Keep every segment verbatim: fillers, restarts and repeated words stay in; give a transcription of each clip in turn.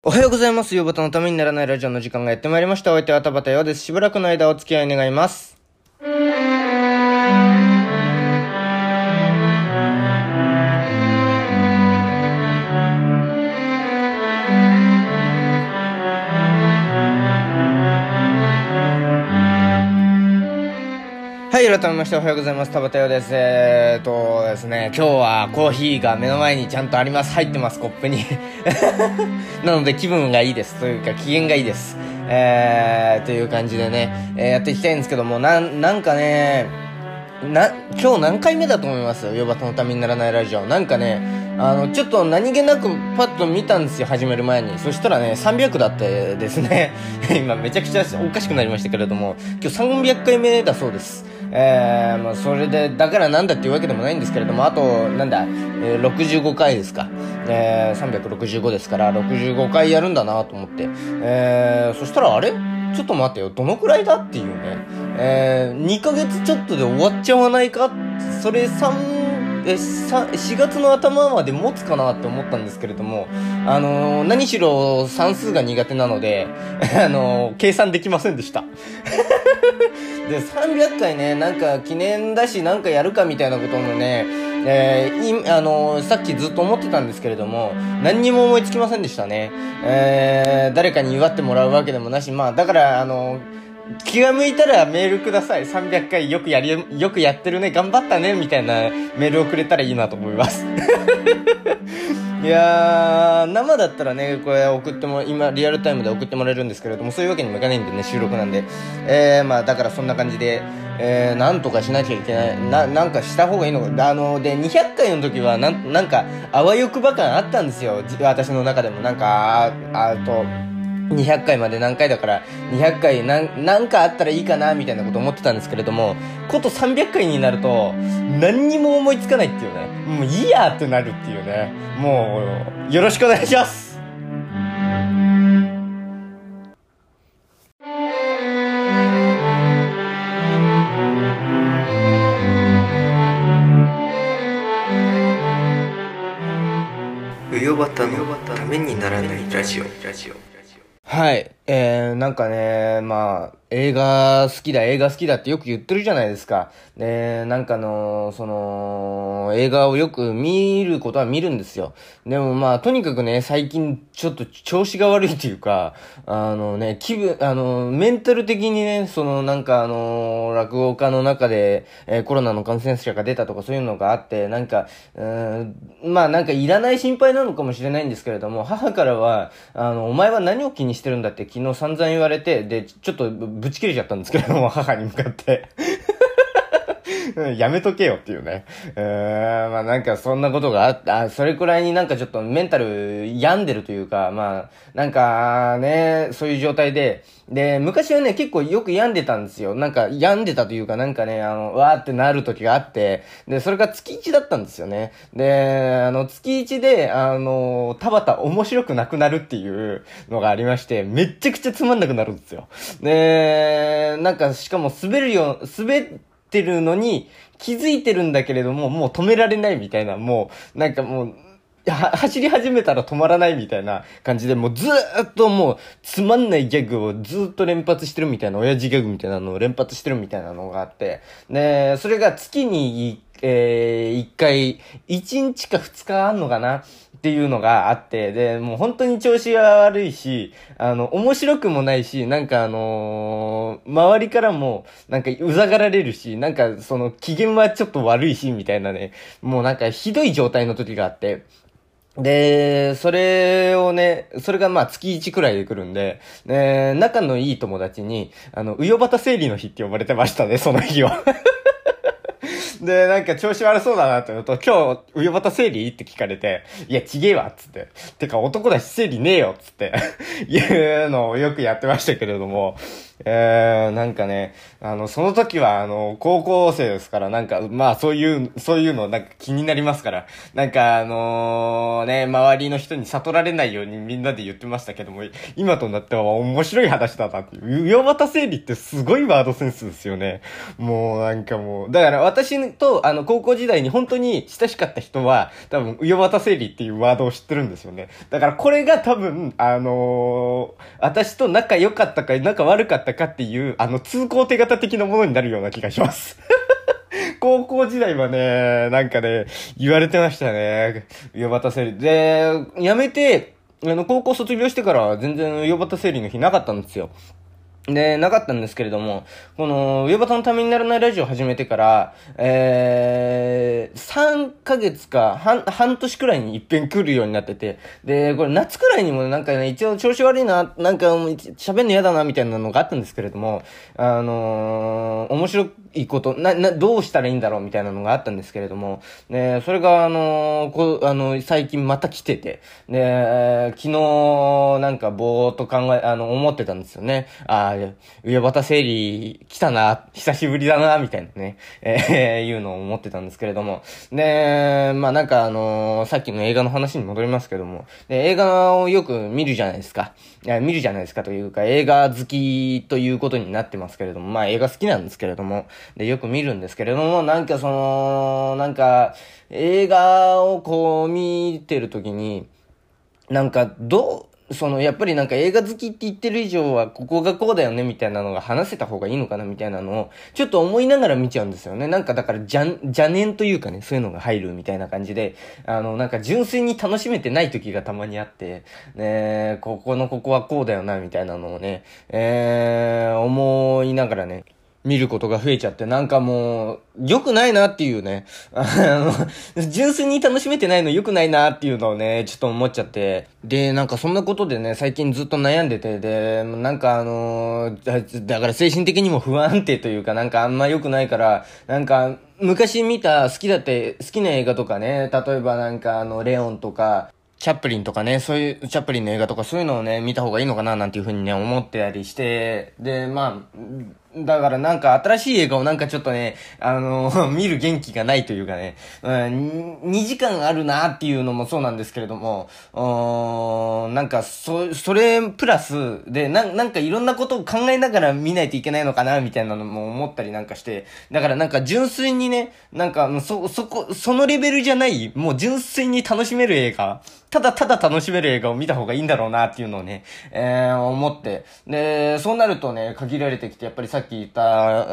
おはようございます。ヨボタのためにならないラジオの時間がやってまいりました。お相手は田畑洋です。しばらくの間お付き合い願います。はい、改めましておはようございます。田畑洋です。えーっとですね、今日はコーヒーが目の前にちゃんとあります。入ってます、コップに。なので気分がいいです。というか機嫌がいいです。えー、という感じでね、えー、やっていきたいんですけども、なん、なんかね、な、今日何回目だと思いますヨバタのためにならないラジオ。なんかね、あの、ちょっと何気なくパッと見たんですよ、始める前に。そしたらね、さんびゃくだってですね。今めちゃくちゃおかしくなりましたけれども、今日さんびゃっかいめだそうです。えー、まあそれで、だからなんだっていうわけでもないんですけれども、あと、なんだ、えー、ろくじゅうごかいですか。えー、さんびゃくろくじゅうごですから、ろくじゅうごかいやるんだなと思って。えー、そしたらあれちょっと待ってよ、どのくらいだっていうね。えー、にかげつちょっとで終わっちゃわないか、それさん、え、しがつの頭まで持つかなって思ったんですけれども、あのー、何しろ算数が苦手なので、あのー、計算できませんでした。で、さんびゃっかいね、なんか記念だし、なんかやるかみたいなこともね、えー、い、あのー、さっきずっと思ってたんですけれども、何にも思いつきませんでしたね。えー、誰かに祝ってもらうわけでもなし、まあ、だから、あのー、気が向いたらメールください。さんびゃっかいよくやり、よくやってるね、頑張ったね、みたいなメールをくれたらいいなと思います。いやー、生だったらね、これ送っても、今リアルタイムで送ってもらえるんですけれども、そういうわけにもいかないんでね、収録なんで。えー、まあだからそんな感じで、えー、なんとかしなきゃいけない。な、なんかした方がいいのか。あの、で、にひゃっかいの時は、なん、なんか、あわよくば感あったんですよ。私の中でも。なんか、あ、あと、にひゃっかいまで何回だからにひゃっかいなん、なんかあったらいいかなみたいなこと思ってたんですけれども、ことさんびゃっかいになると何にも思いつかないっていうね、もういいやってなるっていうね、もうよろしくお願いします。うよばたのためにならないラジオ。はい。えー、なんかね、まあ、映画好きだ、映画好きだってよく言ってるじゃないですか。で、なんかの、その、映画をよく見ることは見るんですよ。でもまあ、とにかくね、最近ちょっと調子が悪いというか、あのね、気分、あの、メンタル的にね、そのなんかあの、落語家の中で、えー、コロナの感染者が出たとかそういうのがあって、なんか、うーん、まあなんかいらない心配なのかもしれないんですけれども、母からは、あの、お前は何を気にしてるんだって昨日散々言われて、で、ちょっとぶち切れちゃったんですけれども、母に向かって。やめとけよっていうね。えー、まあなんかそんなことがあった、それくらいになんかちょっとメンタル病んでるというか、まあ、なんかね、そういう状態で、で、昔はね、結構よく病んでたんですよ。なんか病んでたというか、なんかね、あの、わーってなる時があって、で、それが月いちだったんですよね。で、あの、月いちで、あの、田畑面白くなくなるっていうのがありまして、めっちゃくちゃつまんなくなるんですよ。で、なんかしかも滑るよ、滑ってるのに気づいてるんだけれども、もう止められないみたいな、もう、なんかもう、は、走り始めたら止まらないみたいな感じで、もうずーっともう、つまんないギャグをずーっと連発してるみたいな、親父ギャグみたいなのを連発してるみたいなのがあって、で、それが月に、えー、いっかい、いちにちかふつかあんのかなっていうのがあって、で、もう本当に調子が悪いし、あの、面白くもないし、なんかあのー、周りからも、なんかうざがられるし、なんかその機嫌はちょっと悪いし、みたいなね、もうなんかひどい状態の時があって、で、それをね、それがまあ月いちくらいで来るんで、で、仲のいい友達に、あの、うよばた生理の日って呼ばれてましたね、その日は。で、なんか調子悪そうだなって言うと、今日、うよばた生理って聞かれて、いや、ちげえわっつって。てか、男だし生理ねえよっつって、いうのをよくやってましたけれども、 えー、なんかね、あの、その時は、あの、高校生ですから、なんか、まあ、そういう、そういうの、なんか気になりますから、なんか、あのーね、周りの人に悟られないようにみんなで言ってましたけども、今となっては面白い話だなっていう。上端整理ってすごいワードセンスですよね。もう、なんかもう、だから私と、あの、高校時代に本当に親しかった人は、多分、上端整理っていうワードを知ってるんですよね。だから、これが多分、あのー私と仲良かったか、仲悪かったかっていう、あの、通行手形的なものになるような気がします。高校時代はね、なんかね、言われてましたね。上端整理。で、やめて、あの、高校卒業してからは全然上端整理の日なかったんですよ。で、なかったんですけれども、この、上端のためにならないラジオを始めてから、えー、さんかげつか、半、半年くらいに一遍来るようになってて、で、これ夏くらいにもなんかね、一応調子悪いな、なんか喋るの嫌だな、みたいなのがあったんですけれども、あのー、面白いこと、な、な、どうしたらいいんだろう、みたいなのがあったんですけれども、ね、それが、あのー、こう、あの、最近また来てて、で、昨日、なんかぼーっと考え、あの、思ってたんですよね。あー、上端整理来たな、久しぶりだな、みたいなね、えー、いうのを思ってたんですけれども。で、まあなんかあのー、さっきの映画の話に戻りますけども、で、映画をよく見るじゃないですか。いや、見るじゃないですかというか、映画好きということになってますけれども、まあ映画好きなんですけれども、で、よく見るんですけれども、なんかその、なんか、映画をこう見てるときに、なんか、どう、その、やっぱりなんか映画好きって言ってる以上は、ここがこうだよね、みたいなのが話せた方がいいのかな、みたいなのを、ちょっと思いながら見ちゃうんですよね。なんかだから、じゃん、邪念というかね、そういうのが入るみたいな感じで、あの、なんか純粋に楽しめてない時がたまにあって、ね、ここのここはこうだよな、みたいなのをね、えー、思いながらね、見ることが増えちゃって、なんかもう、良くないなっていうね。あの、純粋に楽しめてないの良くないなっていうのをね、ちょっと思っちゃって。で、なんかそんなことでね、最近ずっと悩んでて、で、なんかあのだ、だから精神的にも不安定というか、なんかあんま良くないから、なんか、昔見た好きだって、好きな映画とかね、例えばなんかあの、レオンとか、チャップリンとかね、そういう、チャップリンの映画とかそういうのをね、見た方がいいのかななんていうふうにね、思ってたりして、で、まあ、だからなんか新しい映画をなんかちょっとね、あの、見る元気がないというかね、うん、にじかんあるなっていうのもそうなんですけれども、うーん、なんかそ、それプラスで、ななんかいろんなことを考えながら見ないといけないのかなみたいなのも思ったりなんかして、だからなんか純粋にね、なんかそ、そこ、そのレベルじゃない、もう純粋に楽しめる映画、ただただ楽しめる映画を見た方がいいんだろうなっていうのをね、えー、思って。で、そうなるとね、限られてきて、やっぱりさっき言った、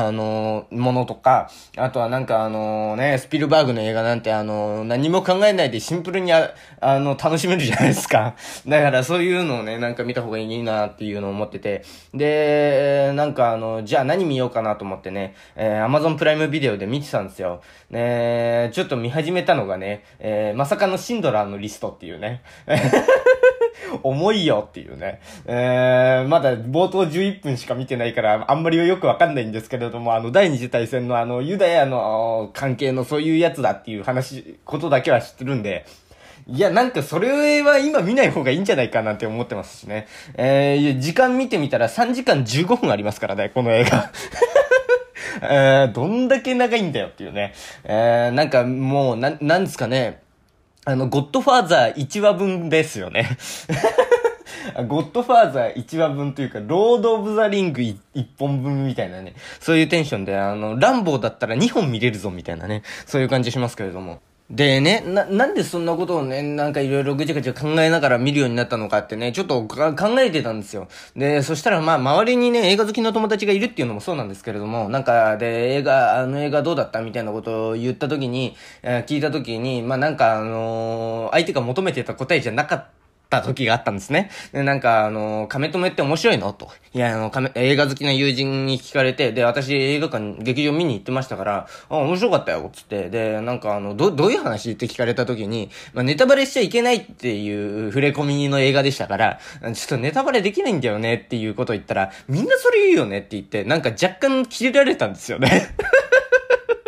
あの、ものとか、あとはなんかあのね、スピルバーグの映画なんてあの、何も考えないでシンプルにあ、あの、楽しめるじゃないですか。だからそういうのをね、なんか見た方がいいなっていうのを思ってて。で、なんかあの、じゃあ何見ようかなと思ってね、えー、Amazon プライムビデオで見てたんですよ。ね、ちょっと見始めたのがね、えー、まさかのシンドラーのリストっていうね。重いよっていうね。えー、まだ冒頭じゅういっぷんしか見てないから、あんまりよくわかんないんですけれども、あの、第二次大戦のあの、ユダヤの関係のそういうやつだっていう話、ことだけは知ってるんで、いや、なんかそれは今見ない方がいいんじゃないかなんて思ってますしね。えー、時間見てみたらさんじかんじゅうごふんありますからね、この映画。えー、どんだけ長いんだよっていうね。えー、なんかもう、な、なんですかね。あの、ゴッドファーザーいちわぶんですよね。ゴッドファーザーいちわぶんというか、ロード・オブ・ザ・リングいっぽんぶんみたいなね。そういうテンションで、あの、ランボーだったらにほん見れるぞみたいなね。そういう感じしますけれども。でね、な、なんでそんなことをね、なんかいろいろぐちゃぐちゃ考えながら見るようになったのかってね、ちょっとか考えてたんですよ。で、そしたらまあ、周りにね、映画好きの友達がいるっていうのもそうなんですけれども、なんか、で、映画、あの映画どうだったみたいなことを言った時に、えー聞いた時に、まあなんかあのー相手が求めてた答えじゃなかった、た時があったんですね。で、なんか、あの、カメ止めって面白いのと。いや、あの、カメ、映画好きな友人に聞かれて、で、私映画館、劇場見に行ってましたから、あ、面白かったよ、つって。で、なんかあの、ど、どういう話って聞かれた時に、まあ、ネタバレしちゃいけないっていう触れ込みの映画でしたから、ちょっとネタバレできないんだよねっていうことを言ったら、みんなそれ言うよねって言って、なんか若干切れられたんですよね。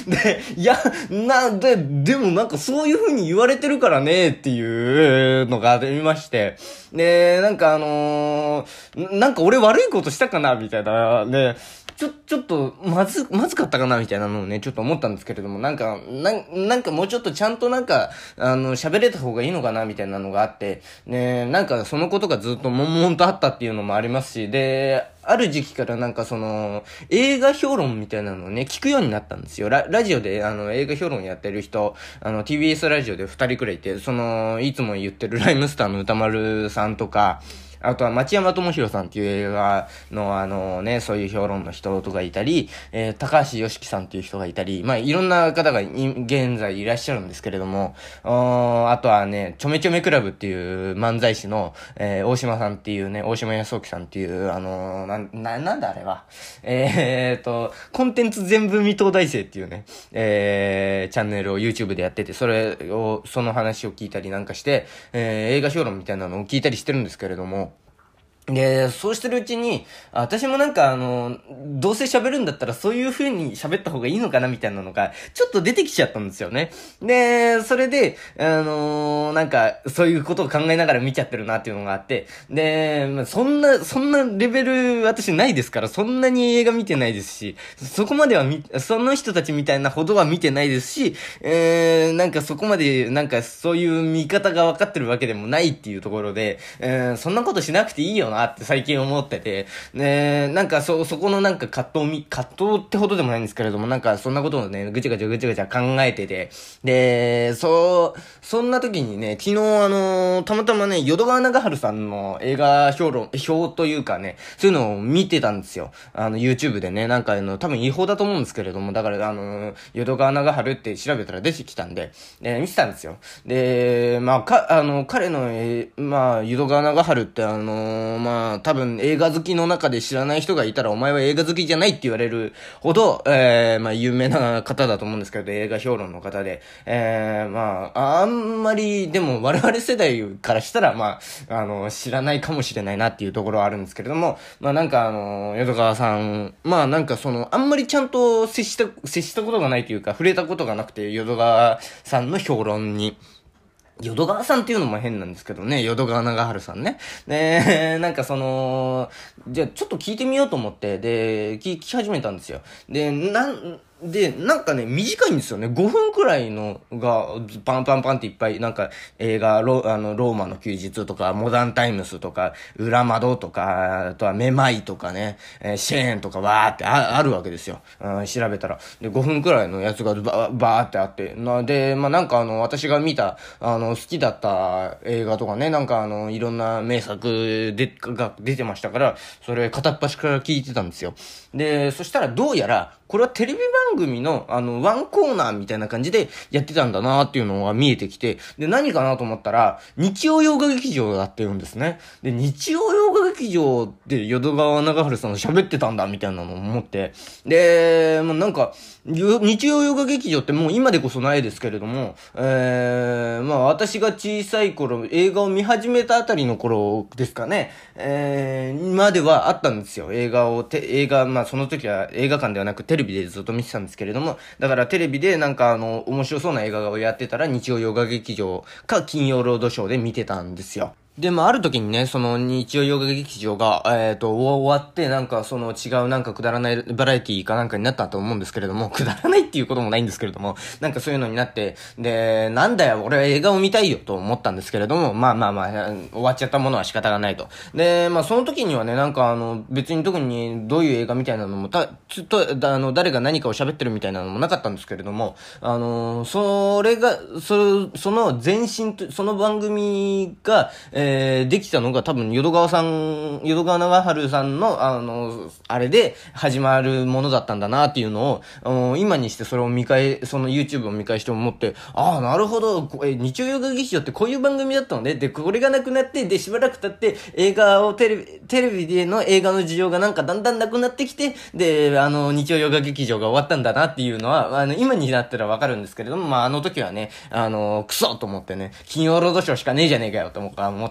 で、いや、なんで、でもなんかそういう風に言われてるからね、っていうのがありまして。で、なんかあのー、なんか俺悪いことしたかな、みたいな、ね。ちょ、ちょっと、まず、まずかったかなみたいなのをね、ちょっと思ったんですけれども、なんか、なん、なんかもうちょっとちゃんとなんか、あの、喋れた方がいいのかなみたいなのがあって、ね、なんかそのことがずっと悶々とあったっていうのもありますし、で、ある時期からなんかその、映画評論みたいなのをね、聞くようになったんですよ。ラ、ラジオで、あの、映画評論やってる人、あの、ティービーエス ラジオで二人くらいいて、その、いつも言ってるライムスターの歌丸さんとか、あとは町山智博さんっていう映画のあのね、そういう評論の人とかいたり、えー、高橋良樹さんっていう人がいたり、まあいろんな方が現在いらっしゃるんですけれども、あとはね、ちょめちょめクラブっていう漫才師の、えー、大島さんっていうね、大島康之さんっていう、あのー、なん、な、なんだあれは、えーと、コンテンツ全部未東大生っていうね、えー、チャンネルを YouTube でやってて、それを、その話を聞いたりなんかして、えー、映画評論みたいなのを聞いたりしてるんですけれども、で、そうしてるうちに、私もなんかあの、どうせ喋るんだったらそういう風に喋った方がいいのかなみたいなのが、ちょっと出てきちゃったんですよね。で、それで、あのー、なんか、そういうことを考えながら見ちゃってるなっていうのがあって、で、まあ、そんな、そんなレベル私ないですから、そんなに映画見てないですし、そこまではみ、その人たちみたいなほどは見てないですし、えー、なんかそこまで、なんかそういう見方が分かってるわけでもないっていうところで、えー、そんなことしなくていいよな、って最近思ってて、ね、なんかそ、そこのなんか葛藤み、葛藤ってほどでもないんですけれども、なんかそんなことをね、ぐちゃぐちゃぐちゃぐちゃ考えてて、で、そう、そんな時にね、昨日あのー、たまたまね、淀川長春さんの映画評論、表というかね、そういうのを見てたんですよ。あの、YouTube でね、なんかあの、多分違法だと思うんですけれども、だからあのー、淀川長春って調べたら出てきたんで、で、見てたんですよ。で、まあ、か、あの、彼の、えー、まあ、淀川長春ってあのー、まあ、多分映画好きの中で知らない人がいたらお前は映画好きじゃないって言われるほど、えー、まあ有名な方だと思うんですけど、映画評論の方で、えー、まあ、あんまり、でも我々世代からしたら、まあ、あの、知らないかもしれないなっていうところはあるんですけれども、まあなんかあの、淀川さん、まあなんかその、あんまりちゃんと接した、接したことがないというか、触れたことがなくて、淀川さんの評論に、淀川さんっていうのも変なんですけどね、淀川長春さんね。で、なんかその、じゃあちょっと聞いてみようと思って、で、聞聞き始めたんですよ。で、なん、で、なんかね、短いんですよね。ごふんくらいのが、パンパンパンっていっぱい、なんか、映画、ロ、あの、ローマの休日とか、モダンタイムスとか、裏窓とか、あとはめまいとかね、えーシェーンとかわーってああるわけですよ。うん、調べたら。で、ごふんくらいのやつがばバーってあって。なで、まあ、なんかあの、私が見た、あの、好きだった映画とかね、なんかあの、いろんな名作で、が出てましたから、それ片っ端から聞いてたんですよ。で、そしたらどうやら、これはテレビ番組の、あの、ワンコーナーみたいな感じでやってたんだなっていうのが見えてきて、で、何かなと思ったら、日曜洋画劇場だって言うんですね。で、日曜洋画劇場で淀川長春さんが喋ってたんだみたいなのを思って、で、もうなんか、日曜洋画劇場ってもう今でこそないですけれども、えー、まあ私が小さい頃、映画を見始めたあたりの頃ですかね、えー、まではあったんですよ。映画を、て映画、まあその時は映画館ではなくテレビでずっと見てたんですけれども、だからテレビでなんかあの、面白そうな映画をやってたら日曜洋画劇場か金曜ロードショーで見てたんですよ。で、まあ、ある時にね、その日曜洋画劇場が、えっと、終わって、なんか、その違うなんかくだらないバラエティかなんかになったと思うんですけれども、くだらないっていうこともないんですけれども、なんかそういうのになって、で、なんだよ、俺は映画を見たいよと思ったんですけれども、まあまあまあ、終わっちゃったものは仕方がないと。で、まあ、その時にはね、なんかあの、別に特にどういう映画みたいなのも、た、ずっと、あの、誰が何かを喋ってるみたいなのもなかったんですけれども、あの、それが、そ、その前身と、その番組が、えーえー、できたのが多分、淀川さん、淀川長春さんの、あの、あれで始まるものだったんだなっていうのを、あの今にしてそれを見返、その YouTube を見返して思って、ああ、なるほど、え日曜洋画劇場ってこういう番組だったのね。で、これがなくなって、で、しばらく経って映画をテレビ、テレビでの映画の需要がなんかだんだんなくなってきて、で、あの、日曜洋画劇場が終わったんだなっていうのは、あの、今になったらわかるんですけれども、まあ、あの時はね、あの、クソと思ってね、金曜ロードショーしかねえじゃねえかよと思っ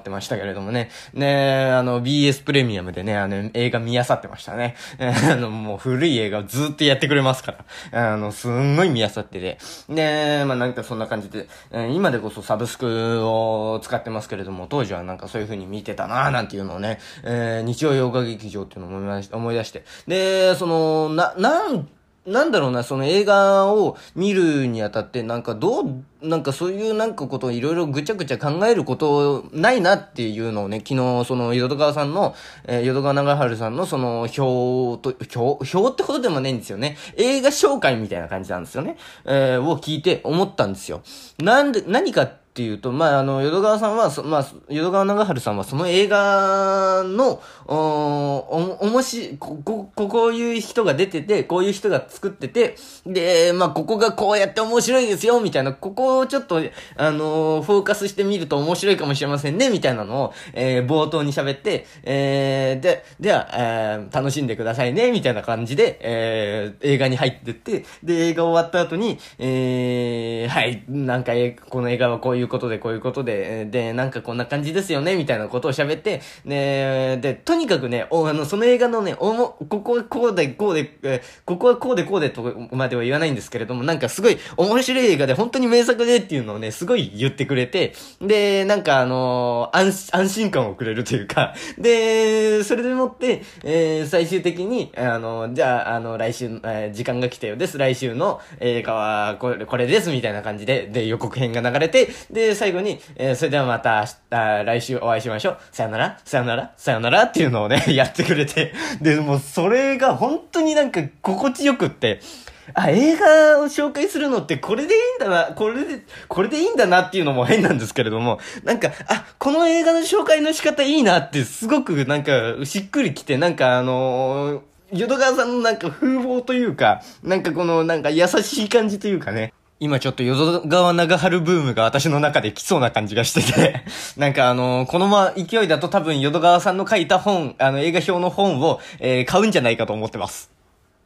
ってましたけれどもね。ね、あの、ビーエス プレミアムでね、あの、映画見漁ってましたね。あの、もう古い映画をずっとやってくれますから。あの、すんごい見漁ってて。で、まあなんかそんな感じで、今でこそサブスクを使ってますけれども、当時はなんかそういう風に見てたなーなんていうのをね、えー、日曜洋画劇場っていうのを思い出し思い出して。で、その、な、なん、なんだろうな、その映画を見るにあたって、なんかどう、なんかそういうなんかことをいろいろぐちゃぐちゃ考えることないなっていうのをね、昨日その淀川さんの、えー、淀川長春さんのその表と、表、表ってことでもないんですよね。映画紹介みたいな感じなんですよね。えー、を聞いて思ったんですよ。なんで、何かっていうと、まあ、あの、淀川さんは、そまあ、淀川長春さんはその映画の、お、お、おもし、こ、こ、こういう人が出てて、こういう人が作ってて、で、まあ、ここがこうやって面白いですよ、みたいな、ここをちょっと、あのー、フォーカスしてみると面白いかもしれませんね、みたいなのを、えー、冒頭に喋って、えー、で、では、えー、楽しんでくださいね、みたいな感じで、えー、映画に入ってって、で、映画終わった後に、えー、はい、なんか、この映画はこういうことで、こういうことで、で、なんかこんな感じですよね、みたいなことを喋って、で、で、とにかくね、お、あの、その映画のね、おも、ここはこうで、こうで、えー、ここはこうで、こうでとまでは言わないんですけれども、なんかすごい面白い映画で、本当に名作でっていうのをね、すごい言ってくれて、で、なんかあのー、安、安心感をくれるというか、で、それでもって、えー、最終的に、あの、じゃあ、あの、来週、えー、時間が来たようです。来週の映画はこれ、これです、みたいな感じで、で、予告編が流れて、で、最後に、えー、それではまた、あ来週お会いしましょう。さよなら、さよなら、さよならっていうのをね、やってくれて、で、もうそれが本当になんか心地よくって、あ、映画を紹介するのってこれでいいんだな、これで、これでいいんだなっていうのも変なんですけれども、なんか、あ、この映画の紹介の仕方いいなってすごくなんかしっくりきて、なんかあのー、淀川さんのなんか風貌というか、なんかこのなんか優しい感じというかね、今ちょっと淀川長春ブームが私の中で来そうな感じがしてて、なんかあのー、このまま勢いだと多分淀川さんの書いた本、あの映画表の本を、えー、買うんじゃないかと思ってます。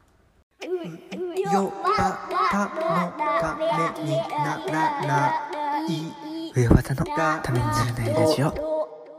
よばたのためにならないよばたのためにならないラジオ。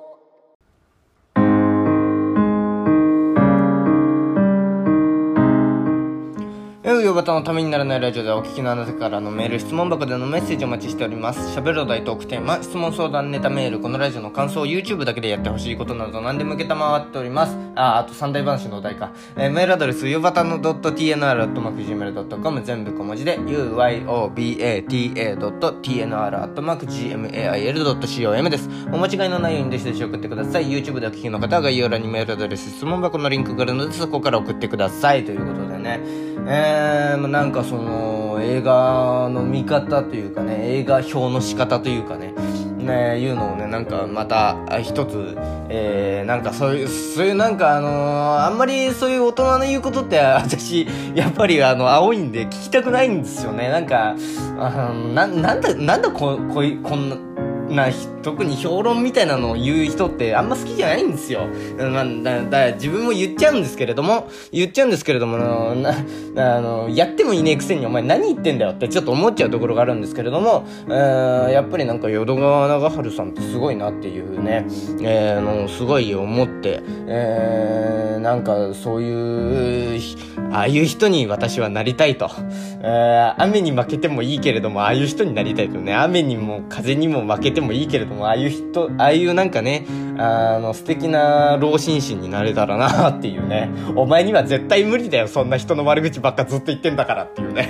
よばたのためにならないラジオではお聞きのあなたからのメール、質問箱でのメッセージをお待ちしております。喋るお題トークテーマ、質問相談ネタメール、このラジオの感想、YouTube だけでやってほしいことなど何でも受けたまわっております。あ、あと三大話のお題か。えー、メールアドレス、よばたの .tnr アットマーク ジーメール ドットコム 全部小文字で ユーワイオービーエーティーエー ドット ティーエヌアール アットマーク ジーメール ドットコム です。お間違いのないようにどしどし送ってください。YouTube でお聞きの方は概要欄にメールアドレス、質問箱のリンクがあるのでそこから送ってくださいということでね。えー、なんかその映画の見方というかね、映画表の仕方というかね、ねいうのをね、なんかまた一つ、えー、なんかそういうそういうなんかあのー、あんまりそういう大人の言うことって私やっぱりあの青いんで聞きたくないんですよね。なんかあななんだなんだここいこんなな特に評論みたいなのを言う人ってあんま好きじゃないんですよ。まあ、だだ自分も言っちゃうんですけれども言っちゃうんですけれどもなあのやってもいねえくせにお前何言ってんだよってちょっと思っちゃうところがあるんですけれども、えー、やっぱりなんか淀川長春さんってすごいなっていうね、えー、のすごい思って、えー、なんかそういうああいう人に私はなりたいと、えー、雨に負けてもいいけれどもああいう人になりたいとね、雨にも風にも負けてもいいけれどもああいう人ああいうなんかねあの素敵な老紳士になれたらなっていうね、お前には絶対無理だよそんな人の悪口ばっかずっと言ってんだからっていうね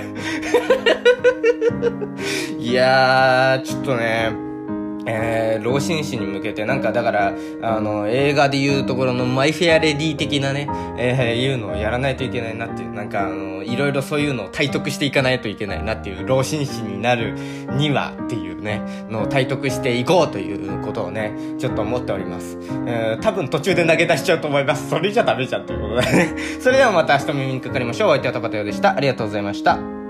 いやーちょっとねえー、老紳士に向けてなんかだからあの映画でいうところのマイフェアレディ的なね、えー、いうのをやらないといけないなっていう、なんかあのいろいろそういうのを体得していかないといけないなっていう、老紳士になるにはっていうねのを体得していこうということをねちょっと思っております。えー、多分途中で投げ出しちゃうと思います。それじゃダメじゃんということでねそれではまた明日耳にかかりましょう。お相手は田畑洋でした。ありがとうございました。